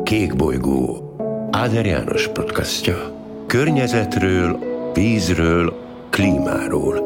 Kékbolygó, Áder János podcastja. Környezetről, vízről, klímáról.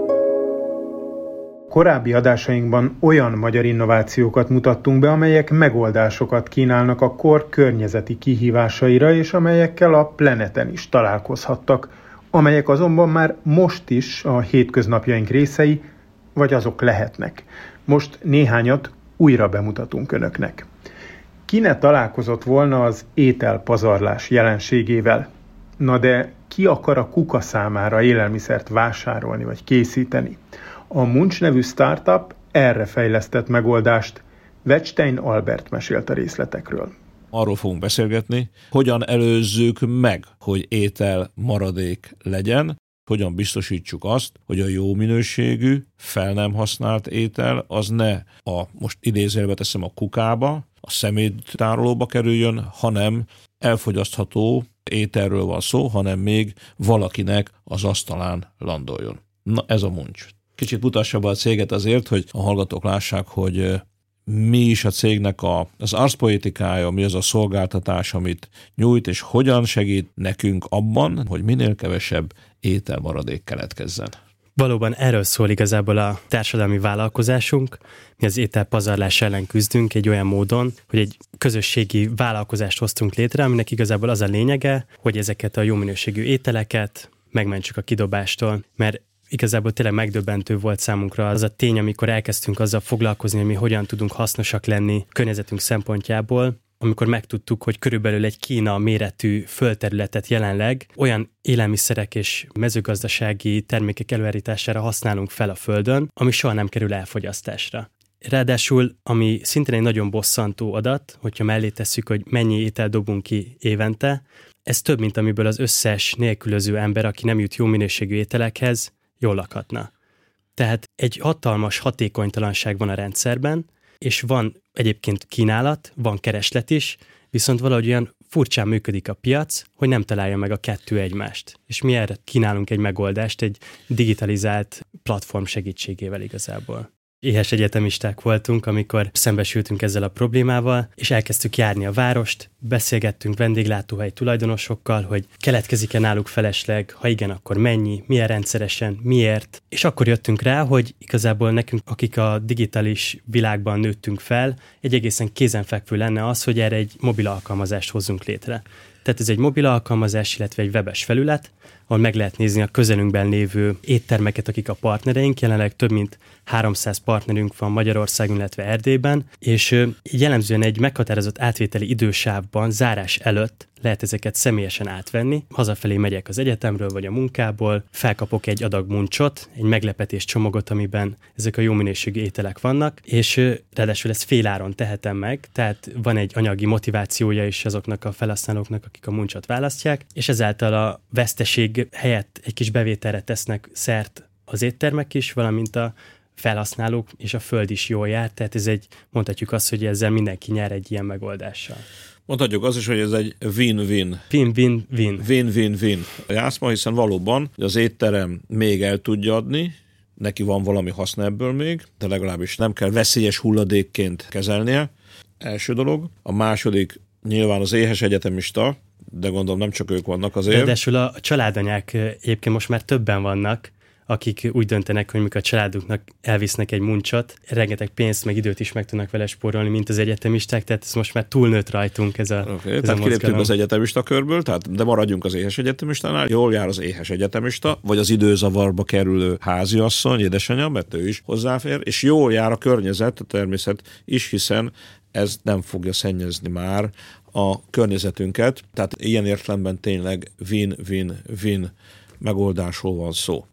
Korábbi adásainkban olyan magyar innovációkat mutattunk be, amelyek megoldásokat kínálnak a kor környezeti kihívásaira, és amelyekkel a planeten is találkozhattak, amelyek azonban már most is a hétköznapjaink részei, vagy azok lehetnek. Most néhányat újra bemutatunk önöknek. Ki ne találkozott volna az ételpazarlás jelenségével? Na de ki akar a kuka számára élelmiszert vásárolni vagy készíteni? A Munch nevű startup erre fejlesztett megoldást. Wettstein Albert mesélt a részletekről. Arról fogunk beszélgetni, hogyan előzzük meg, hogy étel maradék legyen, hogyan biztosítsuk azt, hogy a jó minőségű, fel nem használt étel az ne most idézőjelbe teszem, a kukába, a szeméttárolóba kerüljön, hanem elfogyasztható ételről van szó, hanem még valakinek az asztalán landoljon. Na ez a Munch. Kicsit mutassa be a céget azért, hogy a hallgatók lássák, hogy mi is a cégnek az arszpoetikája, mi az a szolgáltatás, amit nyújt, és hogyan segít nekünk abban, hogy minél kevesebb ételmaradék keletkezzen. Valóban erről szól igazából a társadalmi vállalkozásunk. Mi az ételpazarlás ellen küzdünk egy olyan módon, hogy egy közösségi vállalkozást hoztunk létre, aminek igazából az a lényege, hogy ezeket a jó minőségű ételeket megmentsük a kidobástól, mert igazából tényleg megdöbbentő volt számunkra az a tény, amikor elkezdtünk azzal foglalkozni, hogy mi hogyan tudunk hasznosak lenni környezetünk szempontjából, amikor megtudtuk, hogy körülbelül egy Kína méretű földterületet jelenleg olyan élelmiszerek és mezőgazdasági termékek előállítására használunk fel a Földön, ami soha nem kerül elfogyasztásra. Ráadásul, ami szintén egy nagyon bosszantó adat, hogyha mellé tesszük, hogy mennyi étel dobunk ki évente, ez több, mint amiből az összes nélkülöző ember, aki nem jut jó minőségű ételekhez, jól lakhatna. Tehát egy hatalmas hatékonytalanság van a rendszerben, és van egyébként kínálat, van kereslet is, viszont valahogy olyan furcsán működik a piac, hogy nem találja meg a kettő egymást. És mi erre kínálunk egy megoldást, egy digitalizált platform segítségével igazából. Éhes egyetemisták voltunk, amikor szembesültünk ezzel a problémával, és elkezdtük járni a várost, beszélgettünk vendéglátóhely tulajdonosokkal, hogy keletkezik-e náluk felesleg, ha igen, akkor mennyi, milyen rendszeresen, miért. És akkor jöttünk rá, hogy igazából nekünk, akik a digitális világban nőttünk fel, egy egészen kézenfekvő lenne az, hogy erre egy mobil alkalmazást hozzunk létre. Tehát ez egy mobil alkalmazás, illetve egy webes felület, ahol meg lehet nézni a közelünkben lévő éttermeket, akik a partnereink, jelenleg több mint 300 partnerünk van Magyarországon, illetve Erdélyben, és jellemzően egy meghatározott átvételi idősávban, zárás előtt lehet ezeket személyesen átvenni. Hazafelé megyek az egyetemről vagy a munkából, felkapok egy adag Munchot, egy meglepetés csomagot, amiben ezek a jó minőségű ételek vannak, és ráadásul ezt féláron tehetem meg, tehát van egy anyagi motivációja is azoknak a felhasználóknak, akik a Munchot választják, és ezáltal a veszteség helyett egy kis bevételre tesznek szert az éttermek is, valamint a felhasználók és a föld is jól jár, tehát mondhatjuk azt, hogy ezzel mindenki nyer egy ilyen megoldással. Mondhatjuk azt is, hogy ez egy win-win. Win-win-win. Win-win-win a játszma, hiszen valóban az étterem még el tudja adni, neki van valami haszna ebből még, de legalábbis nem kell veszélyes hulladékként kezelnie. Első dolog. A második nyilván az éhes egyetemista, de gondolom nem csak ők vannak azért. Ráadásul a családanyák egyébként most már többen vannak, akik úgy döntenek, hogy mikor a családuknak elvisznek egy Munchot, rengeteg pénzt meg időt is meg tudnak vele spórolni, mint az egyetemisták, tehát ez most már túlnőtt rajtunk ez a tehát kiléptünk az egyetemista körből, de maradjunk az éhes egyetemistánál. Jól jár az éhes egyetemista, vagy az időzavarba kerülő háziasszony, édesanyja, mert ő is hozzáfér, és jól jár a környezet, a természet is, hiszen ez nem fogja szennyezni már a környezetünket, tehát ilyen értelemben tényleg win-win-win megoldásról van szó.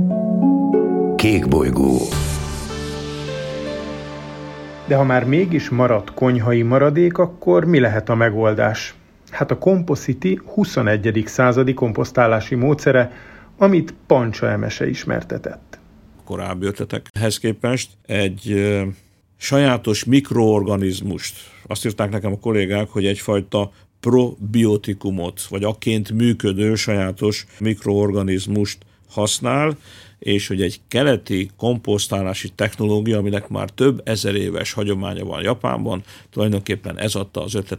Kékbolygó. De ha már mégis maradt konyhai maradék, akkor mi lehet a megoldás? Hát a Compositi 21. századi komposztálási módszere, amit Pancsa Emese ismertetett. Korábbi ötletekhez képest egy sajátos mikroorganizmust, azt írták nekem a kollégák, hogy egyfajta probiotikumot, vagy akként működő sajátos mikroorganizmust használ, és hogy egy keleti komposztálási technológia, aminek már több ezer éves hagyománya van Japánban, tulajdonképpen ez adta az ötletet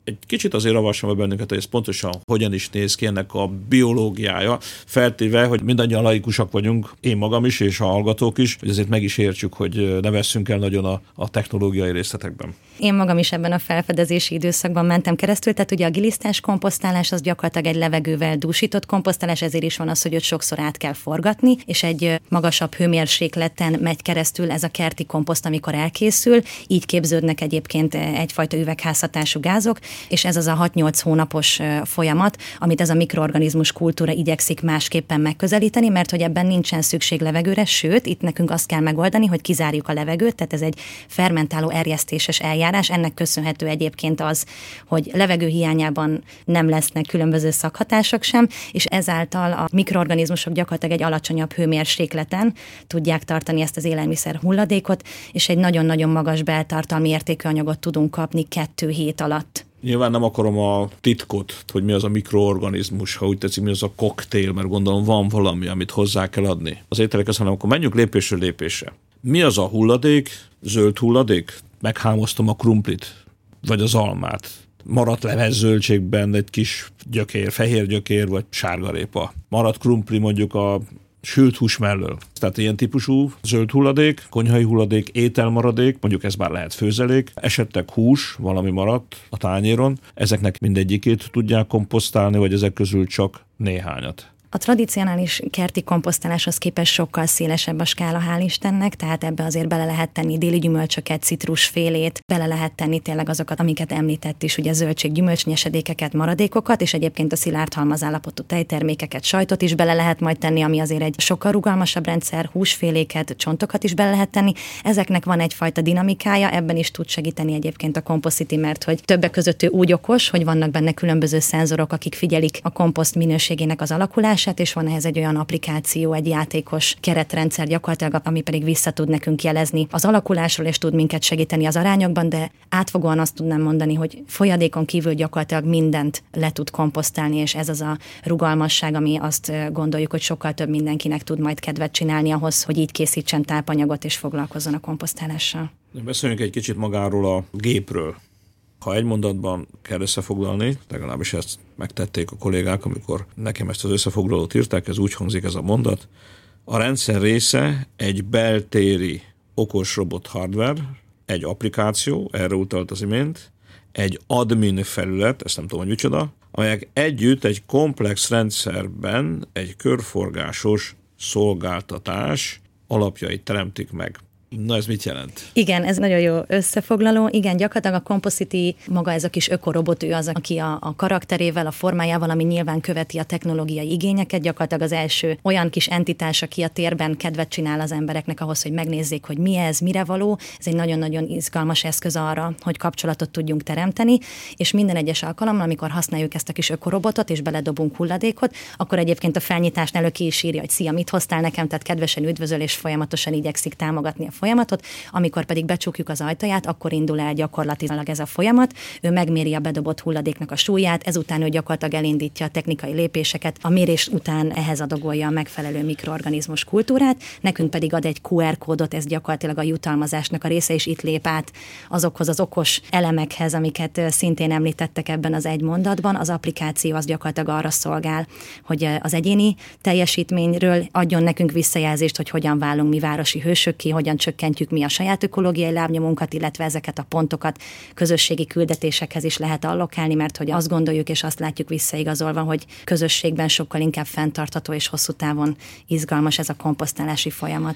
egy kicsit azért avasson be bennünket, hogy ez pontosan hogyan is néz ki ennek a biológiája, feltéve, hogy mindannyian laikusak vagyunk, én magam is, és a hallgatók is, hogy azért meg is értsük, hogy ne vesszünk el nagyon a technológiai részletekben. Én magam is ebben a felfedezési időszakban mentem keresztül, tehát ugye a gilisztás komposztálás az gyakorlatilag egy levegővel dúsított komposztálás, ezért is van az, hogy őt sokszor át kell forgatni, és egy magasabb hőmérsékleten megy keresztül ez a kerti komposzt, amikor elkészül, így képződnek egyébként egyfajta üvegházhatású gázok, és ez az a 6-8 hónapos folyamat, amit ez a mikroorganizmus kultúra igyekszik másképpen megközelíteni, mert hogy ebben nincsen szükség levegőre, sőt, itt nekünk azt kell megoldani, hogy kizárjuk a levegőt, tehát ez egy fermentáló erjesztéses eljárás, ennek köszönhető egyébként az, hogy levegő hiányában nem lesznek különböző szakhatások sem, és ezáltal a mikroorganizmusok gyakorlatilag egy alacsonyabb hőmérsékleten tudják tartani ezt az élelmiszer hulladékot, és egy nagyon-nagyon magas beltartalmi értékű anyagot tudunk kapni 2 hét alatt. Nyilván nem akarom a titkot, hogy mi az a mikroorganizmus, ha úgy tetszik, mi az a koktél, mert gondolom van valami, amit hozzá kell adni az ételekhez, hanem akkor menjünk lépésről lépésre. Mi az a hulladék? Zöld hulladék? Meghámoztam a krumplit, vagy az almát. Maradt leves zöldségben egy kis gyökér, fehér gyökér, vagy sárgarépa. Maradt krumpli mondjuk a sült hús mellől. Tehát ilyen típusú zöld hulladék, konyhai hulladék, ételmaradék, mondjuk ez már lehet főzelék, esetleg hús, valami maradt a tányéron, ezeknek mindegyikét tudják komposztálni, vagy ezek közül csak néhányat. A tradicionális kerti komposztáláshoz képest sokkal szélesebb a skála, hál' Istennek, tehát ebbe azért bele lehet tenni déli gyümölcsöket, citrusfélét, bele lehet tenni tényleg azokat, amiket említett is, ugye zöldség, gyümölcснyesedékeket, maradékokat, és egyébként a szilárd halmazállapotú tejtermékeket, sajtot is bele lehet majd tenni, ami azért egy sokkal rugalmasabb rendszer, húsféléket, csontokat is bele lehet tenni. Ezeknek van egyfajta dinamikája, ebben is tud segíteni egyébként a Compositi, mert hogy többek között ő úgy okos, hogy vannak benne különböző szenzorok, akik figyelik a komposzt minőségének az alakulását, és van ehhez egy olyan applikáció, egy játékos keretrendszer gyakorlatilag, ami pedig vissza tud nekünk jelezni az alakulásról, és tud minket segíteni az arányokban, de átfogóan azt tudnám mondani, hogy folyadékon kívül gyakorlatilag mindent le tud komposztálni, és ez az a rugalmasság, ami azt gondoljuk, hogy sokkal több mindenkinek tud majd kedvet csinálni ahhoz, hogy így készítsen tápanyagot és foglalkozzon a komposztálással. Beszéljünk egy kicsit magáról a gépről. Ha egy mondatban kell összefoglalni, legalábbis ezt megtették a kollégák, amikor nekem ezt az összefoglalót írták, ez úgy hangzik ez a mondat. A rendszer része egy beltéri okos robot hardware, egy applikáció, erre utalt az imént, egy admin felület, ezt nem tudom, hogy micsoda, amelyek együtt egy komplex rendszerben egy körforgásos szolgáltatás alapjait teremtik meg. Na, ez mit jelent? Igen, ez nagyon jó összefoglaló. Igen, gyakorlatilag a Compositi maga ez a kis ökorobot, ő az, aki a karakterével, a formájával, ami nyilván követi a technológiai igényeket, gyakorlatilag az első olyan kis entitás, aki a térben kedvet csinál az embereknek ahhoz, hogy megnézzék, hogy mi ez, mire való. Ez egy nagyon-nagyon izgalmas eszköz arra, hogy kapcsolatot tudjunk teremteni, és minden egyes alkalommal, amikor használjuk ezt a kis ökorobotot, és beledobunk hulladékot, akkor egyébként a felnyitásnál ki is írja, hogy szia, mit hoztál nekem, tehát kedvesen üdvözöl, és folyamatosan igyekszik támogatni a folyamatot, amikor pedig becsukjuk az ajtaját, akkor indul el gyakorlatilag ez a folyamat. Ő megméri a bedobott hulladéknak a súlyát, ezután ő gyakorlatilag elindítja a technikai lépéseket, a mérés után ehhez adagolja a megfelelő mikroorganizmus kultúrát, nekünk pedig ad egy QR kódot, ez gyakorlatilag a jutalmazásnak a része, és itt lép át azokhoz az okos elemekhez, amiket szintén említettek ebben az egy mondatban. Az applikáció az gyakorlatilag arra szolgál, hogy az egyéni teljesítményről adjon nekünk visszajelzést, hogy hogyan válunk mi városi hősökké, hogyan csökkentjük mi a saját ökológiai lábnyomunkat, illetve ezeket a pontokat közösségi küldetésekhez is lehet allokálni, mert hogy azt gondoljuk és azt látjuk visszaigazolva, hogy közösségben sokkal inkább fenntartható és hosszú távon izgalmas ez a komposztálási folyamat.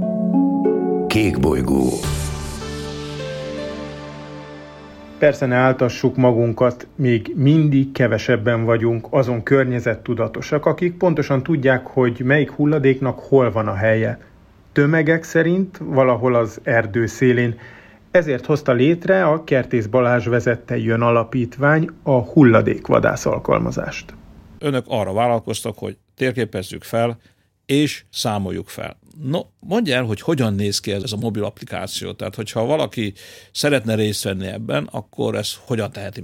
Kék bolygó. Persze ne áltassuk magunkat, még mindig kevesebben vagyunk azon környezettudatosak, akik pontosan tudják, hogy melyik hulladéknak hol van a helye. Tömegek szerint valahol az erdő szélén. Ezért hozta létre a Kertész Balázs vezette Jön alapítvány a hulladékvadász alkalmazást. Önök arra vállalkoztak, hogy térképezzük fel, és számoljuk fel. No, mondj el, hogy hogyan néz ki ez a mobil applikáció. Tehát, hogyha valaki szeretne részt venni ebben, akkor ezt hogyan teheti meg?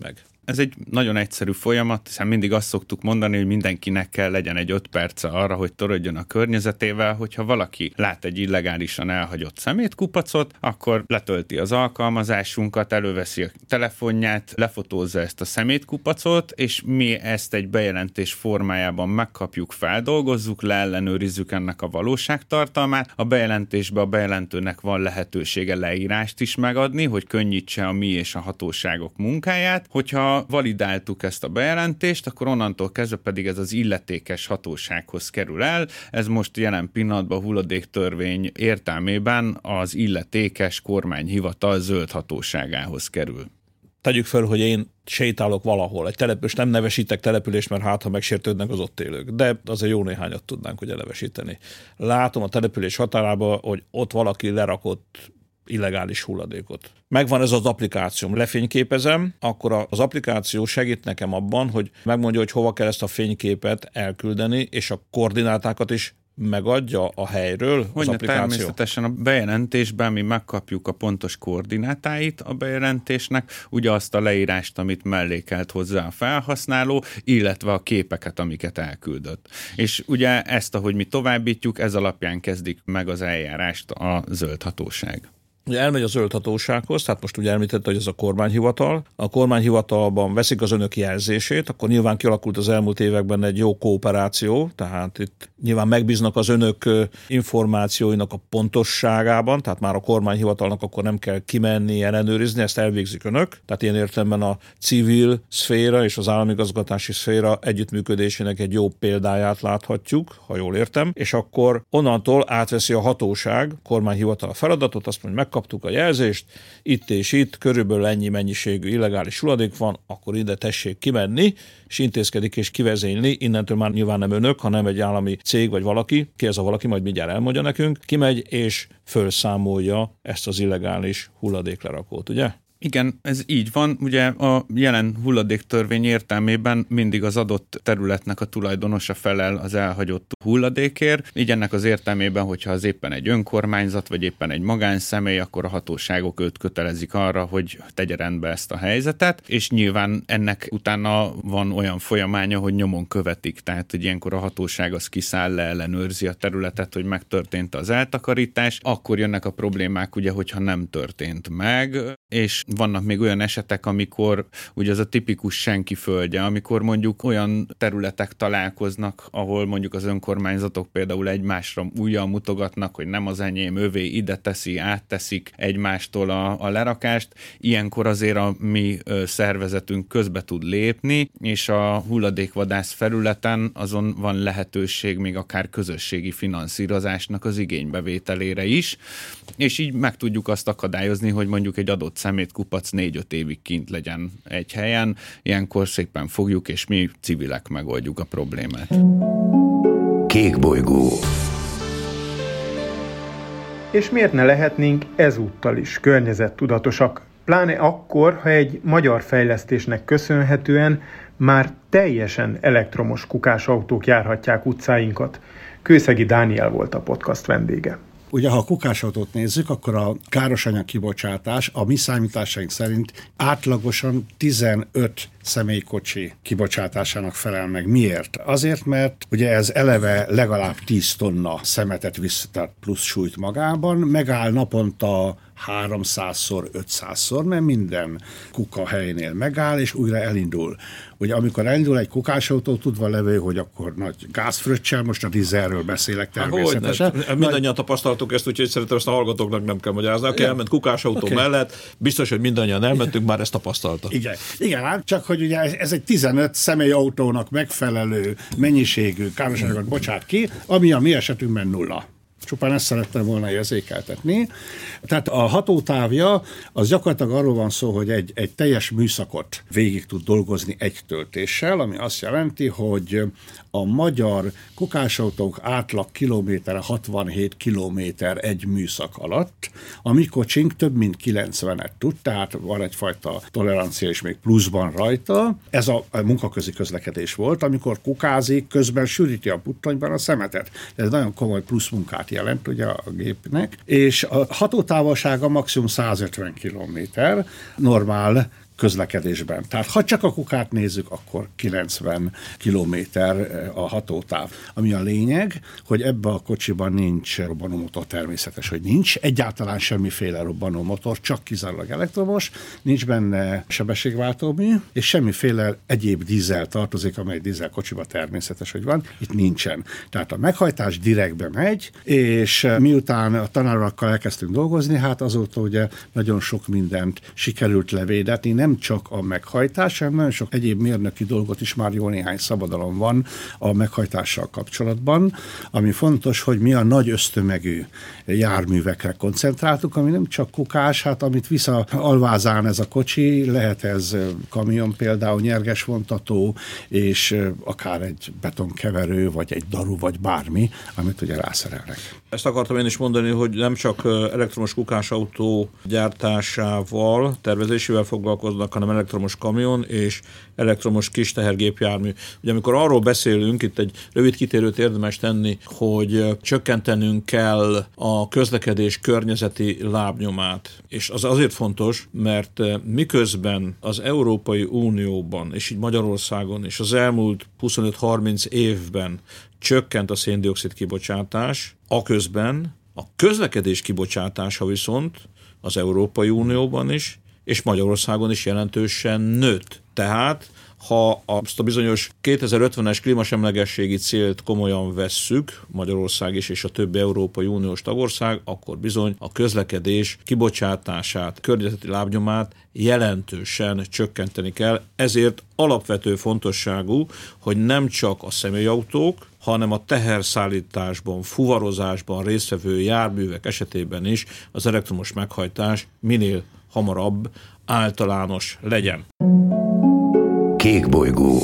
Ez egy nagyon egyszerű folyamat, hiszen mindig azt szoktuk mondani, hogy mindenkinek kell legyen egy 5 perce arra, hogy törődjön a környezetével, hogyha valaki lát egy illegálisan elhagyott szemétkupacot, akkor letölti az alkalmazásunkat, előveszi a telefonját, lefotózza ezt a szemétkupacot, és mi ezt egy bejelentés formájában megkapjuk, feldolgozzuk, leellenőrizzük ennek a valóságtartalmát. A bejelentésben a bejelentőnek van lehetősége leírást is megadni, hogy könnyítse a mi és a hatóságok munkáját. Hogyha validáltuk ezt a bejelentést, akkor onnantól kezdve pedig ez az illetékes hatósághoz kerül el. Ez most jelen pillanatban a hulladéktörvény értelmében az illetékes kormányhivatal zöld hatóságához kerül. Tegyük fel, hogy én sétálok valahol, egy település, nem nevesítek települést, mert hát, ha megsértődnek az ott élők, de azért jó néhányat tudnánk ugye nevesíteni. Látom a település határába, hogy ott valaki lerakott illegális hulladékot. Megvan ez az applikációm, lefényképezem, akkor az applikáció segít nekem abban, hogy megmondja, hogy hova kell ezt a fényképet elküldeni, és a koordinátákat is megadja a helyről az applikáció. Természetesen a bejelentésben mi megkapjuk a pontos koordinátáit a bejelentésnek, ugye azt a leírást, amit mellékelt hozzá a felhasználó, illetve a képeket, amiket elküldött. És ugye ezt, ahogy mi továbbítjuk, ez alapján kezdik meg az eljárást a zöld hatóság. Ugye elmegy a zöld hatósághoz, tehát most ugye említette, hogy ez a kormányhivatal. A kormányhivatalban veszik az önök jelzését, akkor nyilván kialakult az elmúlt években egy jó kooperáció, tehát itt nyilván megbíznak az önök információinak a pontosságában, tehát már a kormányhivatalnak akkor nem kell kimenni, ellenőrizni, ezt elvégzik önök. Tehát ilyen értelemben a civil szféra és az államigazgatási szféra együttműködésének egy jó példáját láthatjuk, ha jól értem, és akkor onnantól átveszi a hatóság, kormányhivatal a feladatot, azt mondja, megkaptuk a jelzést, itt és itt körülbelül ennyi mennyiségű illegális hulladék van, akkor ide tessék kimenni, és intézkedik és kivezényli, innentől már nyilván nem önök, hanem egy állami cég vagy valaki, ki ez a valaki, majd mindjárt elmondja nekünk, kimegy és felszámolja ezt az illegális hulladéklerakót, ugye? Igen, ez így van. Ugye a jelen hulladéktörvény értelmében mindig az adott területnek a tulajdonosa felel az elhagyott hulladékért. Így ennek az értelmében, hogyha az éppen egy önkormányzat, vagy éppen egy magánszemély, akkor a hatóságok őt kötelezik arra, hogy tegye rendbe ezt a helyzetet, és nyilván ennek utána van olyan folyamánya, hogy nyomon követik. Tehát, hogy ilyenkor a hatóság az kiszáll le, ellenőrzi a területet, hogy megtörtént az eltakarítás, akkor jönnek a problémák, ugye, hogyha nem történt meg, és vannak még olyan esetek, amikor ugye az a tipikus senki földje, amikor mondjuk olyan területek találkoznak, ahol mondjuk az önkormányzatok például egymásra ujjal mutogatnak, hogy nem az enyém, övé, ide teszi, átteszik egymástól a lerakást. Ilyenkor azért a mi szervezetünk közbe tud lépni, és a hulladékvadász felületen azon van lehetőség még akár közösségi finanszírozásnak az igénybevételére is, és így meg tudjuk azt akadályozni, hogy mondjuk egy adott szemétkupac 4-5 évig kint legyen egy helyen. Ilyenkor szépen fogjuk, és mi civilek megoldjuk a problémát. Kékbolygó. És miért ne lehetnénk ezúttal is környezettudatosak? Pláne akkor, ha egy magyar fejlesztésnek köszönhetően már teljesen elektromos kukásautók járhatják utcáinkat. Kőszegi Dániel volt a podcast vendége. Ugye, ha a kukásautót nézzük, akkor a károsanyag kibocsátás a mi számításaink szerint átlagosan 15 személykocsi kibocsátásának felel meg. Miért? Azért, mert ugye ez eleve legalább 10 tonna szemetet visz, tehát plusz súlyt magában, megáll naponta 300-szor, 500-szor, mert minden kuka helynél megáll, és újra elindul. Ugye amikor elindul egy kukásautó, tudva levő, hogy akkor nagy gázfröccsel, most a dízelről beszélek természetesen. Mindannyian tapasztaltuk ezt, úgyhogy szerintem ezt a hallgatóknak nem kell magyarázni. Aki elment kukásautó mellett, biztos, hogy mindannyian elmentünk, már ezt tapasztalta. Igen, hát csak hogy ugye ez egy 15 személyautónak megfelelő mennyiségű károsanyagot bocsát ki, ami a mi esetünkben 0. Csupán ezt szerettem volna érzékeltetni. Tehát a hatótávja az gyakorlatilag arról van szó, hogy egy teljes műszakot végig tud dolgozni egy töltéssel, ami azt jelenti, hogy a magyar kukásautók átlag kilométere 67 kilométer egy műszak alatt, a mi kocsink több mint 90-et tud, tehát van egyfajta tolerancia is még pluszban rajta. Ez a munkaközi közlekedés volt, amikor kukázik, közben sűríti a puttonyban a szemetet. Ez nagyon komoly plusz munkát jelent ugye a gépnek, és a hatótávolsága maximum 150 kilométer, normál közlekedésben. Tehát ha csak a kukát nézzük, akkor 90 kilométer a hatótáv. Ami a lényeg, hogy ebbe a kocsiban nincs robbanómotor, természetes, hogy nincs. Egyáltalán semmiféle robbanómotor, csak kizárólag elektromos, nincs benne sebességváltómű, és semmiféle egyéb dízel tartozik, amely dízel kocsiban természetes, hogy van. Itt nincsen. Tehát a meghajtás direktbe megy, és miután a tanárokkal elkezdtünk dolgozni, hát azóta ugye nagyon sok mindent sikerült levédetni, nem csak a meghajtás, hanem nagyon sok egyéb mérnöki dolgot is már jó néhány szabadalom van a meghajtással kapcsolatban. Ami fontos, hogy mi a nagy ösztömegű járművekre koncentráltuk, ami nem csak kukás, hát amit visz a alvázán ez a kocsi, lehet ez kamion például, nyerges vontató, és akár egy betonkeverő, vagy egy daru, vagy bármi, amit ugye rászerelnek. Ezt akartam én is mondani, hogy nem csak elektromos kukásautó gyártásával, tervezésével foglalkoznak, hanem elektromos kamion és elektromos kis tehergépjármű. Ugye amikor arról beszélünk, itt egy rövid kitérőt érdemes tenni, hogy csökkentenünk kell a közlekedés környezeti lábnyomát. És az azért fontos, mert miközben az Európai Unióban, és így Magyarországon is az elmúlt 25-30 évben csökkent a szén-dioxid kibocsátás, aközben a közlekedés kibocsátása viszont az Európai Unióban is, és Magyarországon is jelentősen nőtt. Tehát, ha azt a bizonyos 2050-es klímasemlegességi célt komolyan vesszük, Magyarország is és a többi Európai Uniós tagország, akkor bizony a közlekedés kibocsátását, környezeti lábnyomát jelentősen csökkenteni kell. Ezért alapvető fontosságú, hogy nem csak a személyautók, hanem a teherszállításban, fuvarozásban résztvevő járművek esetében is az elektromos meghajtás minél hamarabb általános legyen. Kékbolygó.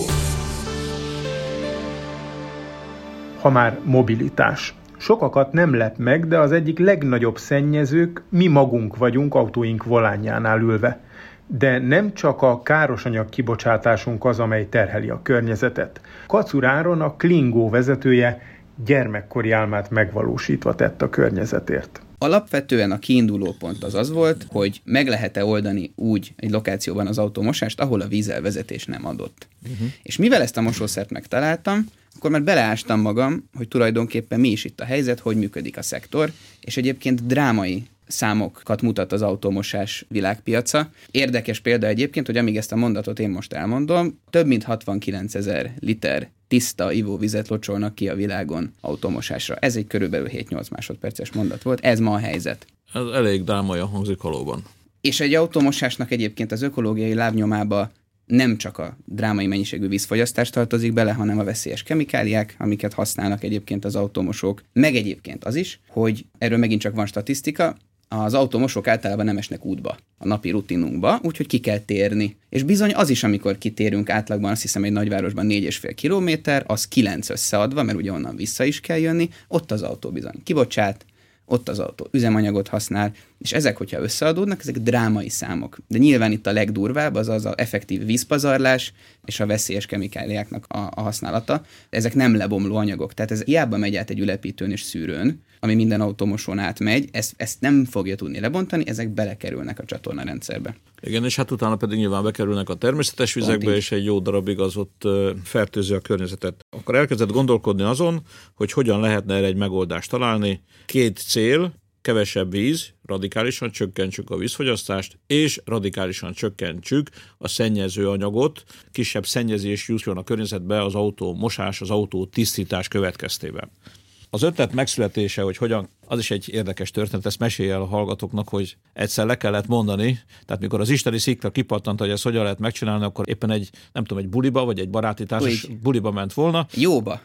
Ha már mobilitás. Sokakat nem lep meg, de az egyik legnagyobb szennyezők mi magunk vagyunk autóink volánjánál ülve. De nem csak a károsanyag kibocsátásunk az, amely terheli a környezetet. Kacur Áron, a Klingo vezetője, gyermekkori álmát megvalósítva tett a környezetért. Alapvetően a kiinduló pont az volt, hogy meg lehet-e oldani úgy egy lokációban az autómosást, ahol a vízelvezetés nem adott. És mivel ezt a mosószert megtaláltam, akkor már beleástam magam, hogy tulajdonképpen mi is itt a helyzet, hogy működik a szektor, és egyébként drámai számokat mutat az autómosás világpiaca. Érdekes példa egyébként, hogy amíg ezt a mondatot én most elmondom, több mint 69 000 liter tiszta ivóvizet locsolnak ki a világon autómosásra. Ez egy körülbelül 7-8 másodperces mondat volt, ez ma a helyzet. Ez elég drámaian hangzik valóban. És egy autómosásnak egyébként az ökológiai lábnyomába nem csak a drámai mennyiségű vízfogyasztás tartozik bele, hanem a veszélyes kemikáliák, amiket használnak egyébként az autómosók. Meg egyébként az is, hogy erről megint csak van statisztika, az autómosók általában nem esnek útba, a napi rutinunkba, úgyhogy ki kell térni. És bizony az is, amikor kitérünk átlagban, azt hiszem egy nagyvárosban 4,5 kilométer, az 9 összeadva, mert ugye onnan vissza is kell jönni, ott az autó bizony kibocsát, ott az autó üzemanyagot használ, és ezek, hogyha összeadódnak, ezek drámai számok. De nyilván itt a legdurvább az az effektív vízpazarlás és a veszélyes kemikáliáknak a használata. Ezek nem lebomló anyagok, tehát ez hiába megy át egy ülepítőn és szűrőn, ami minden autómosón átmegy, ezt nem fogja tudni lebontani, ezek belekerülnek a csatornarendszerbe. Igen, és hát utána pedig nyilván bekerülnek a természetes vizekbe, és egy jó darabig az ott fertőzi a környezetet. Akkor elkezdett gondolkodni azon, hogy hogyan lehetne erre egy megoldást találni. 2 cél, kevesebb víz, radikálisan csökkentsük a vízfogyasztást, és radikálisan csökkentsük a szennyező anyagot, kisebb szennyezés jusson a környezetbe az autómosás, az autó tisztítás következtében. Az ötlet megszületése, hogy hogyan, az is egy érdekes történet, ezt mesélj el a hallgatóknak, hogy egyszer le kellett mondani, tehát mikor az isteni szikra kipattant, hogy ezt hogyan lehet megcsinálni, akkor éppen egy buliba, vagy egy baráti társas buliba ment volna. Jóba.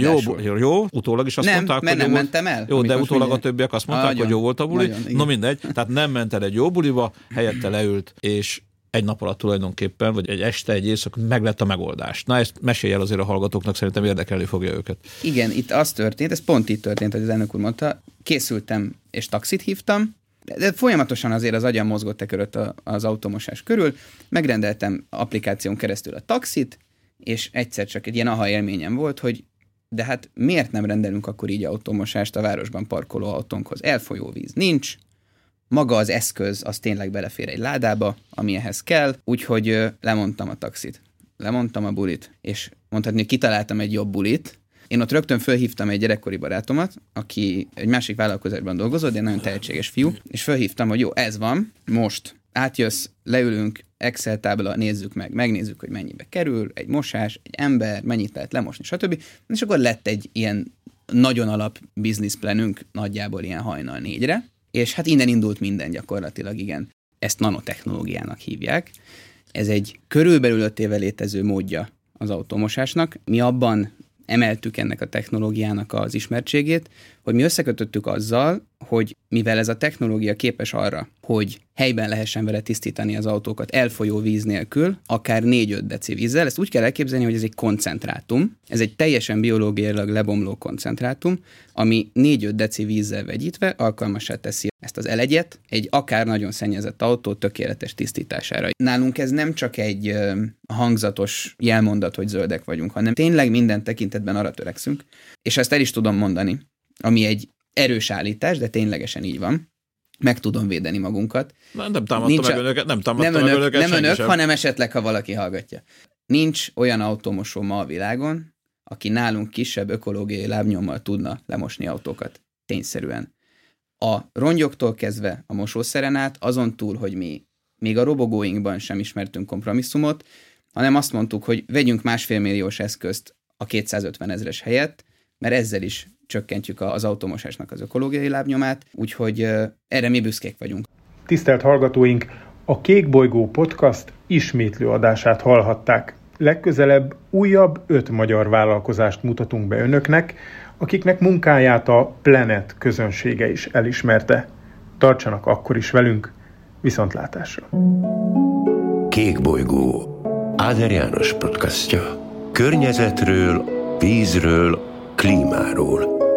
Jó, utólag is azt mondták, hogy nem mentem el. Jó, de utólag a többiek azt mondták, hogy jó volt a buli. No mindegy, tehát nem ment el egy jó buliba, helyette leült, és egy nap alatt tulajdonképpen, vagy egy este, egy éjszaka meglett a megoldás. Na, ezt mesélj el azért a hallgatóknak, szerintem érdekelni fogja őket. Igen, itt az történt, ez pont itt történt, hogy az elnök úr mondta, készültem és taxit hívtam, de folyamatosan azért az agyam mozgott körött az automosás körül, megrendeltem applikáción keresztül a taxit, és egyszer csak egy ilyen aha élményem volt, hogy de hát miért nem rendelünk akkor így automosást a városban parkoló autónkhoz? Elfolyó víz nincs, maga az eszköz, az tényleg belefér egy ládába, ami ehhez kell, úgyhogy lemondtam a taxit. Lemondtam a bulit, és mondhatni, hogy kitaláltam egy jobb bulit. Én ott rögtön fölhívtam egy gyerekkori barátomat, aki egy másik vállalkozásban dolgozott, de nagyon tehetséges fiú, és fölhívtam, hogy jó, ez van, most átjössz, leülünk, Excel tábla, nézzük meg, megnézzük, hogy mennyibe kerül, egy mosás, egy ember, mennyit lehet lemosni, stb. És akkor lett egy ilyen nagyon alap businessplanünk, nagyjából ilyen hajnal 4-re, és hát innen indult minden gyakorlatilag, igen. Ezt nanotechnológiának hívják. Ez egy körülbelül 5 éve létező módja az autómosásnak. Mi abban emeltük ennek a technológiának az ismertségét, hogy mi összekötöttük azzal, hogy mivel ez a technológia képes arra, hogy helyben lehessen vele tisztítani az autókat elfolyó víz nélkül, akár 4-5 deci vízzel, ezt úgy kell elképzelni, hogy ez egy koncentrátum, ez egy teljesen biológiailag lebomló koncentrátum, ami 4-5 deci vízzel vegyítve alkalmassá teszi ezt az elegyet egy akár nagyon szennyezett autó tökéletes tisztítására. Nálunk ez nem csak egy hangzatos jelmondat, hogy zöldek vagyunk, hanem tényleg minden tekintetben arra törekszünk, és ezt el is tudom mondani, ami egy erős állítás, de ténylegesen így van. Meg tudom védeni magunkat. Nem támadta meg önöket, nem önök, hanem esetleg, ha valaki hallgatja. Nincs olyan autómosó ma a világon, aki nálunk kisebb ökológiai lábnyommal tudna lemosni autókat. Tényszerűen. A rongyoktól kezdve a mosószeren át, azon túl, hogy mi még a robogóinkban sem ismertünk kompromisszumot, hanem azt mondtuk, hogy vegyünk 1,5 milliós eszközt a 250 000-es helyett, mert ezzel is csökkentjük az automosásnak az ökológiai lábnyomát, úgyhogy erre mi büszkék vagyunk. Tisztelt hallgatóink, a Kék Bolygó podcast ismétlő adását hallhatták. Legközelebb újabb 5 magyar vállalkozást mutatunk be önöknek, akiknek munkáját a Planet közönsége is elismerte. Tartsanak akkor is velünk, viszontlátásra! Kék Bolygó, Áder János podcastja. Környezetről, vízről, klímáról.